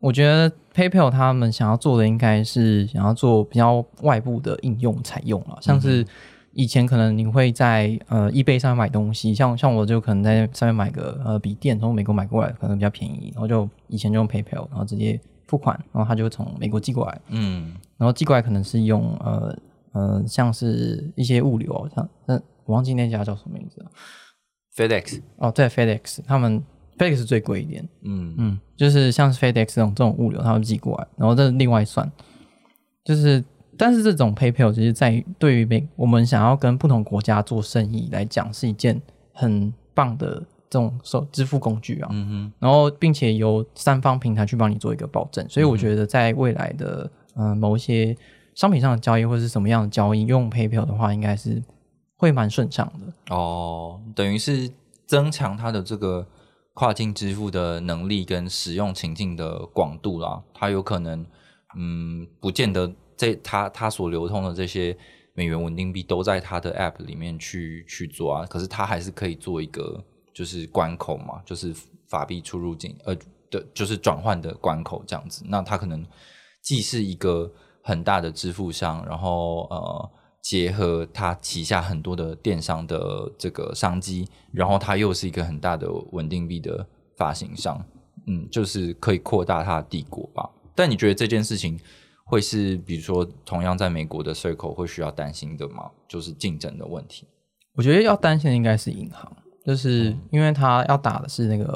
PayPal 他们想要做的应该是想要做比较外部的应用采用了，像是以前可能你会在eBay 上面买东西，像我就可能在上面买个笔电，从美国买过来可能比较便宜，然后就以前就用 PayPal， 然后直接付款，然后他就会从美国寄过来，然后寄过来可能是用像是一些物流，像我忘记那家叫什么名字了 FedEx 对 FedEx， 他们 FedEx 最贵一点，就是像是 FedEx 这种物流他们寄过来，然后这另外算，就是但是这种 PayPal 其实对于我们想要跟不同国家做生意来讲是一件很棒的这种支付工具啊，然后并且由三方平台去帮你做一个保证，所以我觉得在未来的某一些商品上的交易或是什么样的交易用 PayPal 的话，应该是会蛮顺畅的。 等于是增强它的这个跨境支付的能力跟使用情境的广度啦，它有可能不见得它所流通的这些美元稳定币都在它的 App 里面去做啊，可是它还是可以做一个就是关口嘛，就是法币出入境就是转换的关口这样子。那它可能既是一个很大的支付商，然后结合它旗下很多的电商的这个商机，然后它又是一个很大的稳定币的发行商，就是可以扩大它的帝国吧。 但你觉得这件事情会是比如说同样在美国的 Circle 会需要担心的吗？就是竞争的问题。 我觉得要担心的应该是银行，就是因为他要打的是那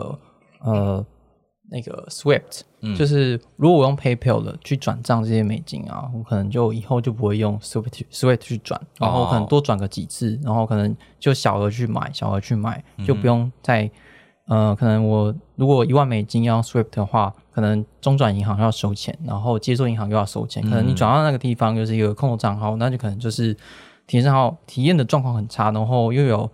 个 SWIFT，就是如果我用 PayPal 的去转账这些美金啊，我可能就以后就不会用 SWIFT 去转，然后我可能多转个几次，然后可能就小额去买，就不用再可能我如果1万美金要 SWIFT 的话，可能中转银行要收钱，然后接收银行又要收钱，可能你转到那个地方就是一个空头账号，那就可能就是体验的状况很差，然后又有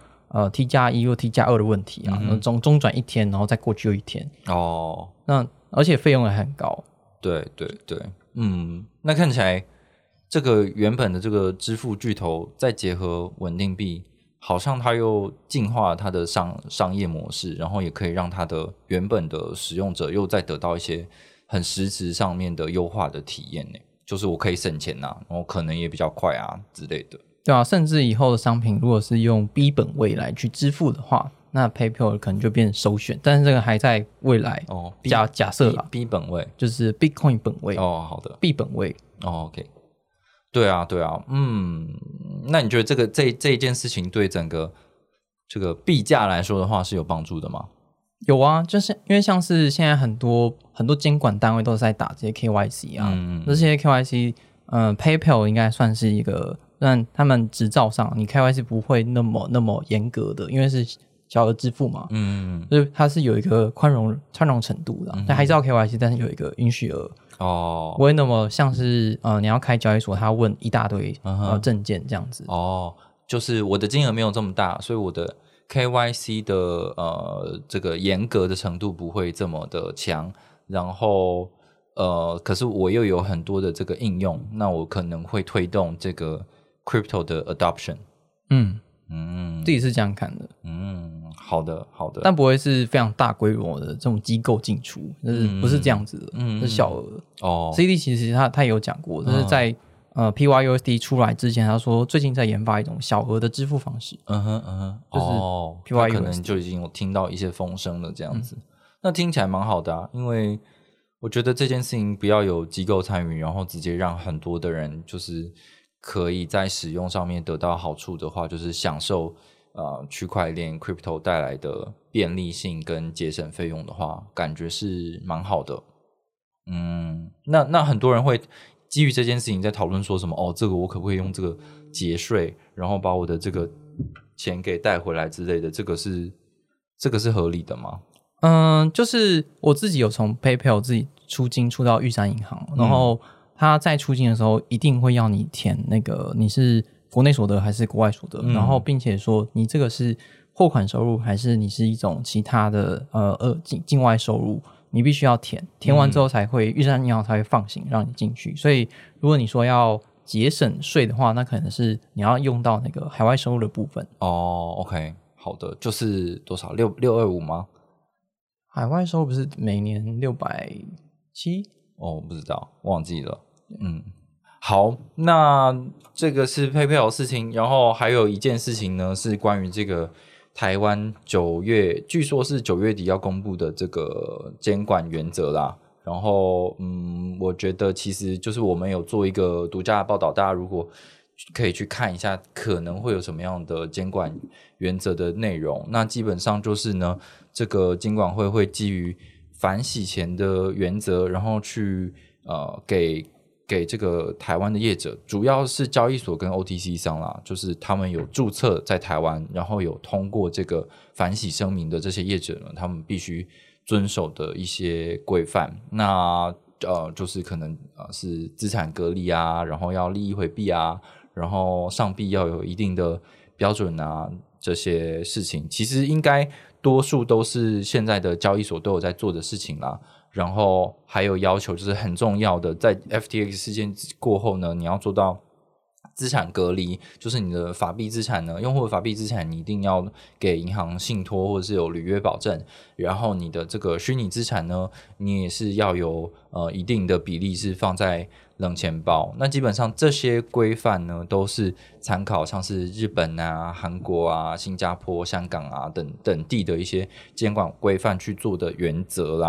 T+1 或T+2 的问题啊，中转1天，然后再过去又1天哦，那而且费用也很高。 对对对，那看起来这个原本的这个支付巨头再结合稳定币，好像它又进化了它的商业模式，然后也可以让它的原本的使用者又再得到一些很实质上面的优化的体验呢，就是我可以省钱啊，然后可能也比较快啊之类的。 对啊，甚至以后的商品如果是用 B 本位来去支付的话，那 PayPal 可能就变成首选，但是这个还在未来假设啦 B 本位就是 Bitcoin 本位好的 B 本位 OK， 对啊，那你觉得这一件事情对整个这个币价来说的话是有帮助的吗？ 有啊，就是因为像是现在很多监管单位都是在打这些 KYC 啊，这些 KYC PayPal 应该算是一个，但他们执照上你 KYC 不会那么严格的，因为是小额支付嘛，所以它是有一个宽容程度的，但还是要 KYC， 但是有一个允许额不会那么像是你要开交易所，他问一大堆证件这样子就是我的金额没有这么大，所以我的 KYC 的这个严格的程度不会这么的强，然后可是我又有很多的这个应用，那我可能会推动这个 crypto 的 adoption。 自己是这样看的。 好的， 但不会是非常大规模的这种机构进出，就是不是这样子的，是小额的。CD 其实他也有讲过，就是在PYUSD 出来之前，他说最近在研发一种小额的支付方式。就是 PYUSD 可能就已经有听到一些风声了，这样子。那听起来蛮好的啊，因为我觉得这件事情不要有机构参与，然后直接让很多的人就是可以在使用上面得到好处的话，就是享受区块链 crypto 带来的便利性跟节省费用的话，感觉是蛮好的。那很多人会基于这件事情在讨论说什么这个我可不可以用这个节税，然后把我的这个钱给带回来之类的，这个是合理的吗？ 就是我自己有从 PayPal 自己出金出到玉山银行，然后他在出金的时候一定会要你填那个你是国内所得还是国外所得，然后并且说你这个是货款收入还是你是一种其他的境外收入，你必须要填完之后才会玉山银行才会放行让你进去。所以如果你说要节省税的话，那可能是你要用到那个海外收入的部分。 OK， 好的，就是多少625吗？ 海外收入不是每年670？ 不知道，忘记了。好，那这个是 PayPal 的事情，然后还有一件事情呢，是关于这个台湾据说是9月底要公布的这个监管原则啦。然后我觉得其实就是我们有做一个独家的报道，大家如果可以去看一下可能会有什么样的监管原则的内容。那基本上就是呢，这个金管会会基于反洗钱的原则，然后去给这个台湾的业者，主要是交易所跟 OTC 商啦，就是他们有注册在台湾，然后有通过这个反洗声明的这些业者呢，他们必须遵守的一些规范。那就是可能是资产隔离啊，然后要利益回避啊，然后上币要有一定的标准啊，这些事情其实应该多数都是现在的交易所都有在做的事情啦。然后还有要求就是很重要的，在 FTX 事件过后呢，你要做到资产隔离，就是你的法币资产呢，用户的法币资产你一定要给银行信托或者是有履约保证，然后你的这个虚拟资产呢，你也是要有一定的比例是放在冷钱包。那基本上这些规范呢，都是参考像是日本啊、韩国啊、新加坡、香港啊等地的一些监管规范去做的原则啦。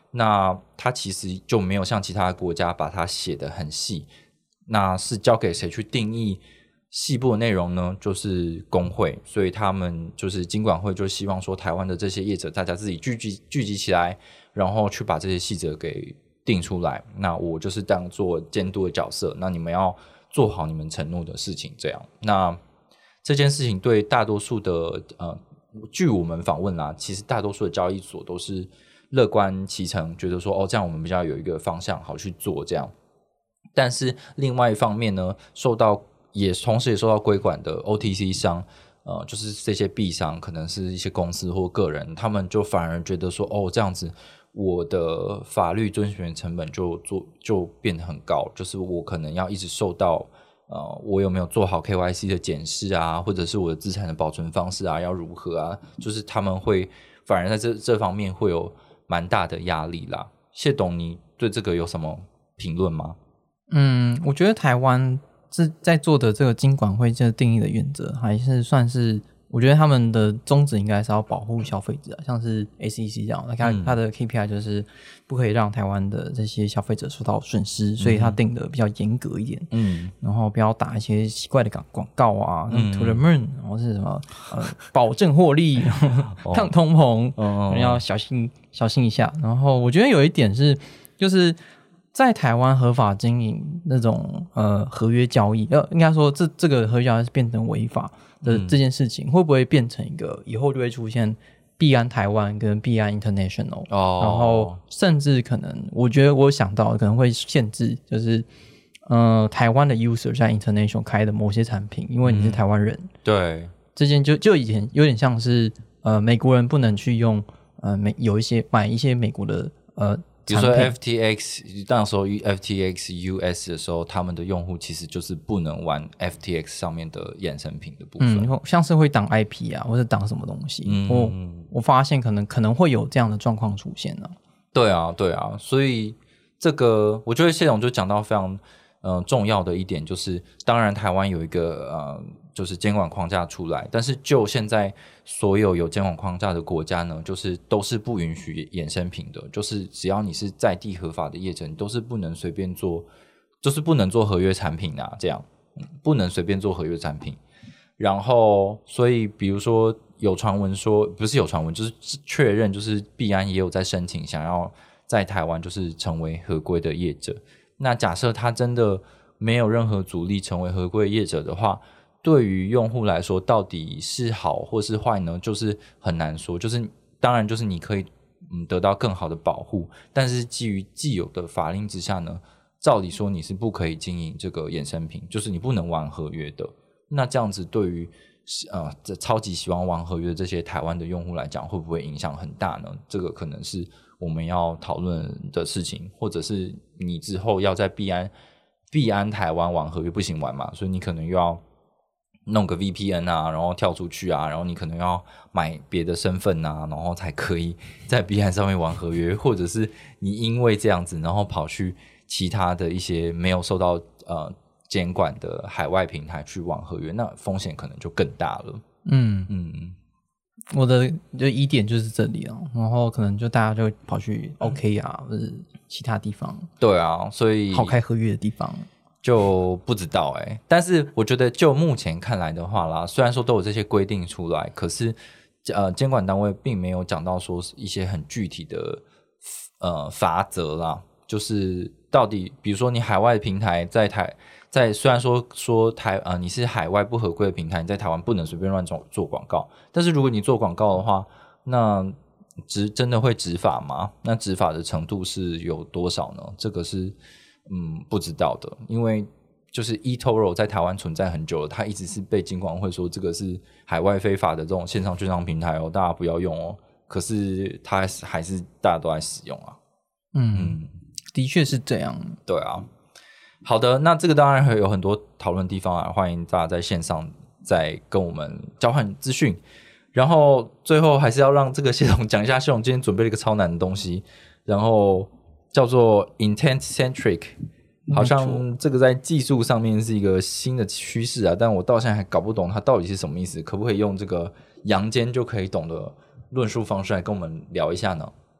那它其实就没有像其他国家把它写得很细，那是交给谁去定义细部的内容呢？就是工会，所以他们就是金管会就希望说台湾的这些业者大家自己聚集起来，然后去把这些细则给定出来，那我就是当做监督的角色，那你们要做好你们承诺的事情，这样。那这件事情对大多数的据我们访问啦，其实大多数的交易所都是乐观其成，觉得说这样我们比较有一个方向好去做这样。但是另外一方面呢，同时也受到规管的 OTC 商，就是这些币商，可能是一些公司或个人，他们就反而觉得说这样子我的法律遵循成本就变得很高，就是我可能要一直受到我有没有做好 KYC 的检视啊，或者是我的资产的保存方式啊要如何啊，就是他们会反而在这方面会有蛮大的压力啦。谢董，你对这个有什么评论吗？ 我觉得台湾在做的这个金管会这个定义的原则还是算是，我觉得他们的宗旨应该是要保护消费者，像是 SEC 这样，他的 KPI 就是不可以让台湾的这些消费者受到损失，所以他定的比较严格一点，然后不要打一些奇怪的广告啊，to the moon， 然后是什么保证获利，抗通膨，要小心一下。然后我觉得有一点是，就是在台湾合法经营那种合约交易，应该说这个合约交易是变成违法的这件事情，会不会变成一个以后就会出现币安台湾跟币安 International，然后甚至可能我觉得我想到可能会限制，就是台湾的 user 在 International 开的某些产品，因为你是台湾人，对，这件就以前有点像是美国人不能去用买一些美国的比如说 FTX， 那时候 FTX US 的时候，他们的用户其实就是不能玩 FTX 上面的衍生品的部分， 像是会挡 IP 啊，或者挡什么东西，我发现可能会有这样的状况出现啊。 对啊，所以这个我觉得谢总就讲到非常重要的一点，就是当然台湾有一个就是监管框架出来，但是就现在所有监管框架的国家呢，就是都是不允许衍生品的，就是只要你是在地合法的业者，你都是不能随便做，就是不能做合约产品啊，这样不能随便做合约产品。然后所以比如说有传闻说，不是有传闻，就是确认就是币安也有在申请想要在台湾就是成为合规的业者。那假设他真的没有任何阻力成为合规业者的话，对于用户来说到底是好或是坏呢，就是很难说。就是当然就是你可以得到更好的保护，但是基于既有的法令之下呢，照理说你是不可以经营这个衍生品，就是你不能玩合约的。那这样子对于超级喜欢玩合约的这些台湾的用户来讲，会不会影响很大呢？这个可能是我们要讨论的事情，或者是你之后要在币安台湾玩合约不行玩嘛，所以你可能又要弄个 VPN 啊，然后跳出去啊，然后你可能要买别的身份啊，然后才可以在币安上面玩合约，或者是你因为这样子然后跑去其他的一些没有受到监管的海外平台去玩合约，那风险可能就更大了。 我的就疑点就是这里啊，然后可能就大家就跑去 OK 啊，或者其他地方。对啊，所以好开合约的地方就不知道但是我觉得就目前看来的话啦，虽然说都有这些规定出来，可是监管单位并没有讲到说一些很具体的罚则啦，就是到底比如说你海外的平台在虽然说你是海外不合规的平台，你在台湾不能随便乱做广告，但是如果你做广告的话，那真的会执法吗？那执法的程度是有多少呢？这个是不知道的，因为就是 eToro 在台湾存在很久了，它一直是被金管会说这个是海外非法的这种线上券商平台大家不要用可是它还是大家都在使用啊。 的确是这样。 对啊。好的，那这个当然会有很多讨论地方啊，欢迎大家在线上再跟我们交换资讯。然后最后还是要让这个系统讲一下，系统今天准备了一个超难的东西，然后叫做 Intent Centric， 好像这个在技术上面是一个新的趋势啊，但我到现在还搞不懂它到底是什么意思，可不可以用这个阳间就可以懂的论述方式来跟我们聊一下呢？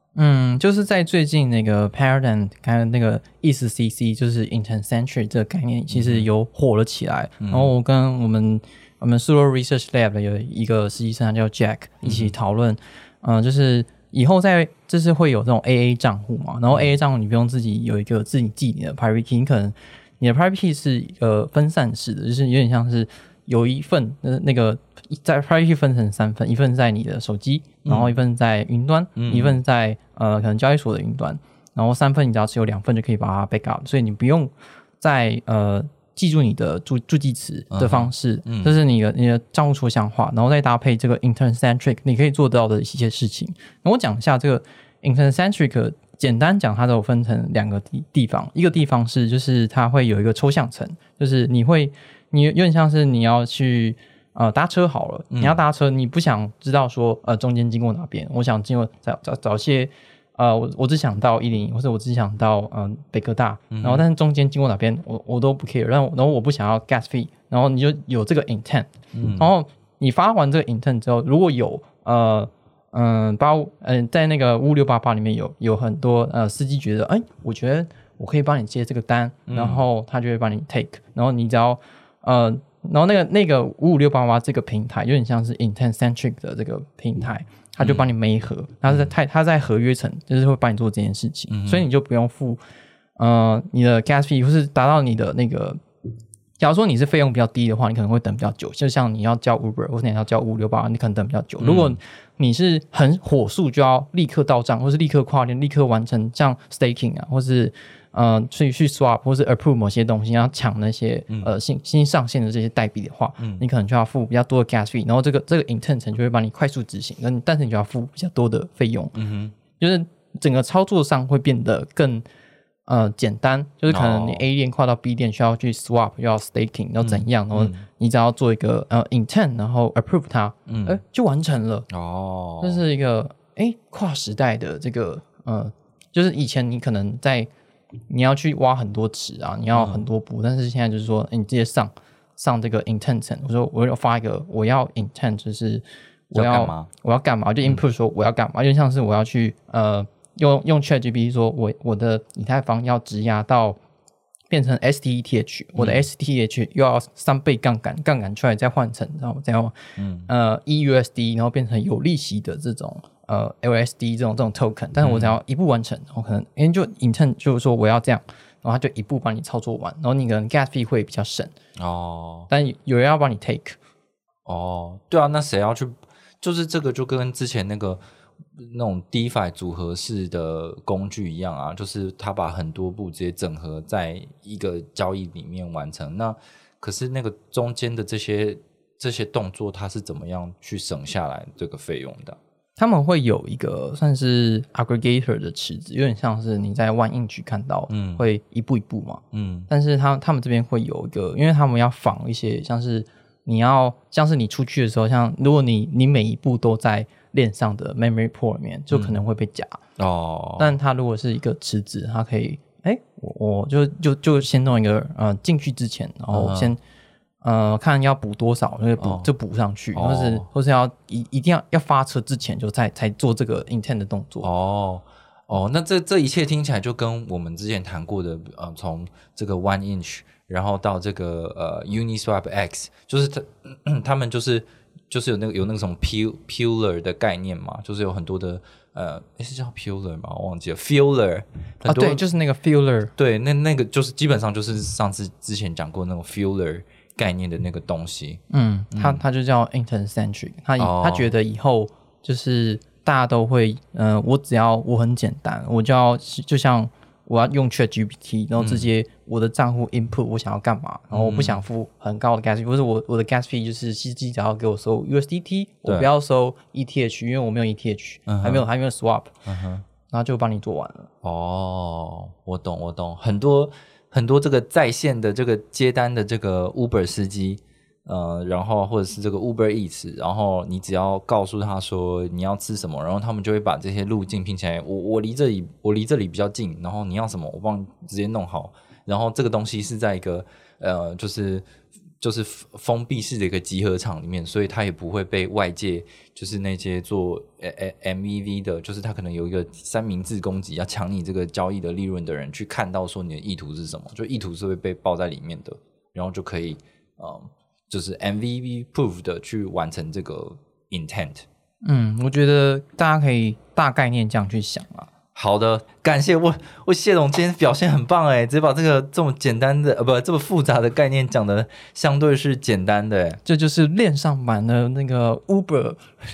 就是在最近那个 Paradigm 看那个 ECC 就是 Intent-Centric 这个概念其实有火了起来，然后我跟我们 Suro Research Lab 有一个实习生他叫 Jack 一起讨论，就是以后就是会有这种 AA 账户嘛，然后 AA 账户你不用自己有一个自己记你的 private key， 你可能你的 private key 是分散式的，就是有点像是有一份那个在 private key 分成3份，一份在你的手机，然后一份在云端，一份在可能交易所的云端，然后3份你只要持有2份就可以把它 backup， 所以你不用在记住你的助记词的方式，这是你的账户抽象化，然后再搭配这个 Intent-Centric 你可以做到的一些事情。那我讲一下这个 Intent-Centric， 简单讲它都分成2个地方，一个地方是就是它会有一个抽象层，就是你有点像是你要去搭车好了，你要搭车你不想知道说中间经过哪边，我想经过找些我只想到101，或者我只想到北科大，然后但是中间经过哪边我都不 care， 然后我不想要 gas fee， 然后你就有这个 intent，然后你发完这个 intent 之后，如果有在那个5568里面有很多司机觉得我觉得我可以帮你接这个单，然后他就会帮你 take， 然后你只要然后那个55688这个平台有点像是 Intent-Centric 的这个平台，他就帮你媒合，他在合约层就是会帮你做这件事情，所以你就不用付你的 gas fee， 或是达到你的那个，假如说你是费用比较低的话，你可能会等比较久，就像你要叫 Uber 或者你要叫5568，你可能等比较久。如果你是很火速就要立刻到账，或是立刻跨链立刻完成，像 staking 啊，或是去 swap 或是 approve 某些东西，要抢那些新上线的这些代币的话，你可能就要付比较多的 gas fee， 然后这个 intent 层就会帮你快速执行，但是你就要付比较多的费用，就是整个操作上会变得更简单，就是可能你 A 链跨到 B 链需要去 swap， 要 staking， 然后怎样，然后你只要做一个intent， 然后 approve 它，就完成了。这是一个跨时代的这个就是以前你可能你要去挖很多池啊，你要很多步，但是现在就是说你直接上这个 intent 层，我说我要发一个我要 intent， 就是我要干嘛，我就 input 说我要干嘛，就像是我要去用 ChatGPT 说我的以太坊要质押到变成 STETH， 我的 STETH 又要3倍杠杆出来再换成，然后再用EUSD， 然后变成有利息的这种LSD 这种 token， 但是我只要一步完成，然后可能就 intent 就是说我要这样，然后他就一步帮你操作完，然后你可能 gas fee 会比较省但有人要帮你 take 对啊，那谁要去？就是这个就跟之前那种 DeFi 组合式的工具一样啊，就是他把很多步直接整合在一个交易里面完成。那可是那个中间的这些动作，它是怎么样去省下来这个费用的？ 他们会有一个算是 aggregator 的池子，有点像是你在 OneInch 看到会一步一步嘛，但是他们这边会有一个，因为他们要仿一些像是你出去的时候，像如果你每一步都在链上的 memory pool 里面，就可能会被夹但它如果是一个池子，它可以我就先弄一个进去之前，然后先看要补多少就补上去，或是要一定要发车之前就才做这个 intent 的动作那这一切听起来就跟我们之前谈过的从这个 OneInch 然后到这个Uniswap X， 就是他们就是有那个什么 Pillar 的概念嘛，就是有很多的是叫 Pillar 吗？我忘记了 Fueler 对，就是那个 Fueler， 对，那个就是基本上就是上次之前讲过那种 Fueler 概念的那个东西。 他就叫 Intent-Centric， 他觉得以后就是大家都会我很简单，就像我要用 ChatGPT， 然后直接我的账户 input 我想要干嘛，然后我不想付很高的 gas fee， 或者我的 gas fee 就是司机只要给我收 USDT， 我不要收 ETH， 因为我没有 ETH， 还没有 swap， 然后就帮你做完了。 我懂，很多这个在线的这个接单的这个 Uber 司机。然后或者是这个 Uber Eats， 然后你只要告诉他说你要吃什么，然后他们就会把这些路径拼起来。我离这里比较近，然后你要什么，我帮你直接弄好。然后这个东西是在一个就是就是封闭式的一个集合场里面，所以它也不会被外界就是那些做 MEV 的，就是他可能有一个三明治攻击要抢你这个交易的利润的人去看到说你的意图是什么，就意图是会被报在里面的，然后就可以就是 MVP proof 的去完成这个 intent。 我觉得大家可以大概念这样去想啊。 好的，感谢我谢董今天表现很棒哎，直接把这个这么简单的不这么复杂的概念讲的相对是简单的哎， 这就是链上版的那个 Uber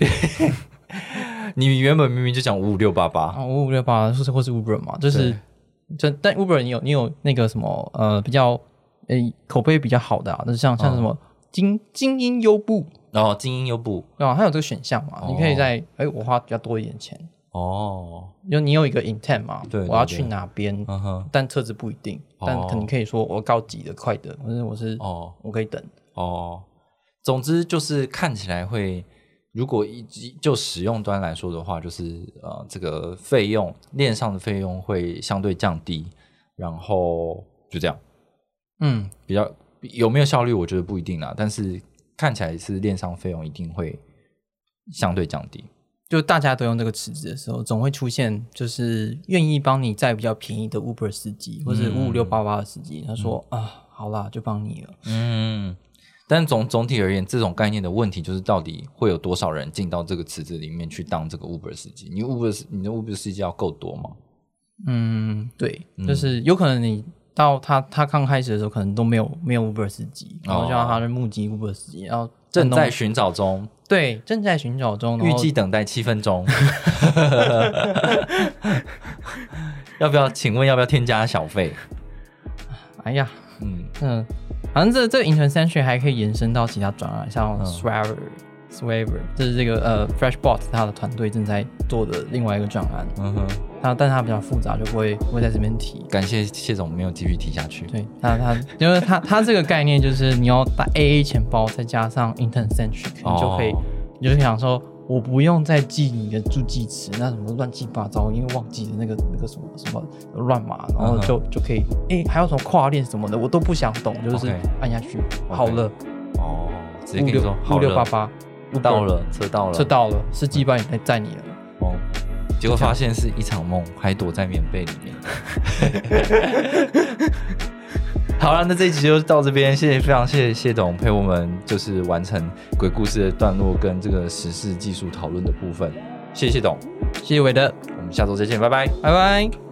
你原本明明就讲55688 啊，55688或是 Uber 嘛，就是但 Uber 你有那个什么比较口碑比较好的啊，那像什么精英优步， 然后精英优步对吧？它有这个选项嘛，你可以在我花比较多一点钱。你有一个 intent 嘛， 对， 我要去哪边，但车子不一定，但可能可以说我高级的快的，我可以等。 总之就是看起来会，如果就使用端来说的话，就是这个费用链上的费用会相对降低，然后就这样。比较有没有效率，我觉得不一定啦，但是看起来是链上费用一定会相对降低。 就大家都用这个池子的时候，总会出现就是愿意帮你载比较便宜的 Uber 司机，或是55688的司机，他说好啦，就帮你了。 但总体而言，这种概念的问题就是到底会有多少人进到这个池子里面去当这个 Uber 司机？你的 Uber 司机要够多吗？ 对，就是有可能你到他刚开始的时候，可能都没有 Uber 司机，然后就让他去募集 Uber 司机，然后正在寻找中。 对，正在寻找中， 预计等待7分钟。请问要不要添加小费？ 哎呀，反正这个 Intensentry 还可以延伸到其他专案，像 Swaver，这是这个FreshBot 他的团队正在做的另外一个专案。但它比较复杂，就不会在这边提。 感谢谢总没有继续提下去。 对，因为他这个概念就是你要打 AA 钱包，再加上 Intensentry，你就可以，你就想说，我不用再记你的助记词，那什么乱七八糟，因为忘记了那个什么乱码，然后就可以，还有什么跨链什么的，我都不想懂，就是按下去，好了。 直接跟你说好了 ，5688 到了，车到了， 司机帮你载你了。 结果发现是一场梦，还躲在棉被里面。好了，那这一集就到这边，非常谢谢谢董陪我们就是完成鬼故事的段落跟这个时事技术讨论的部分，谢谢董， 谢谢伟德， 我们下周再见，拜拜， 拜拜。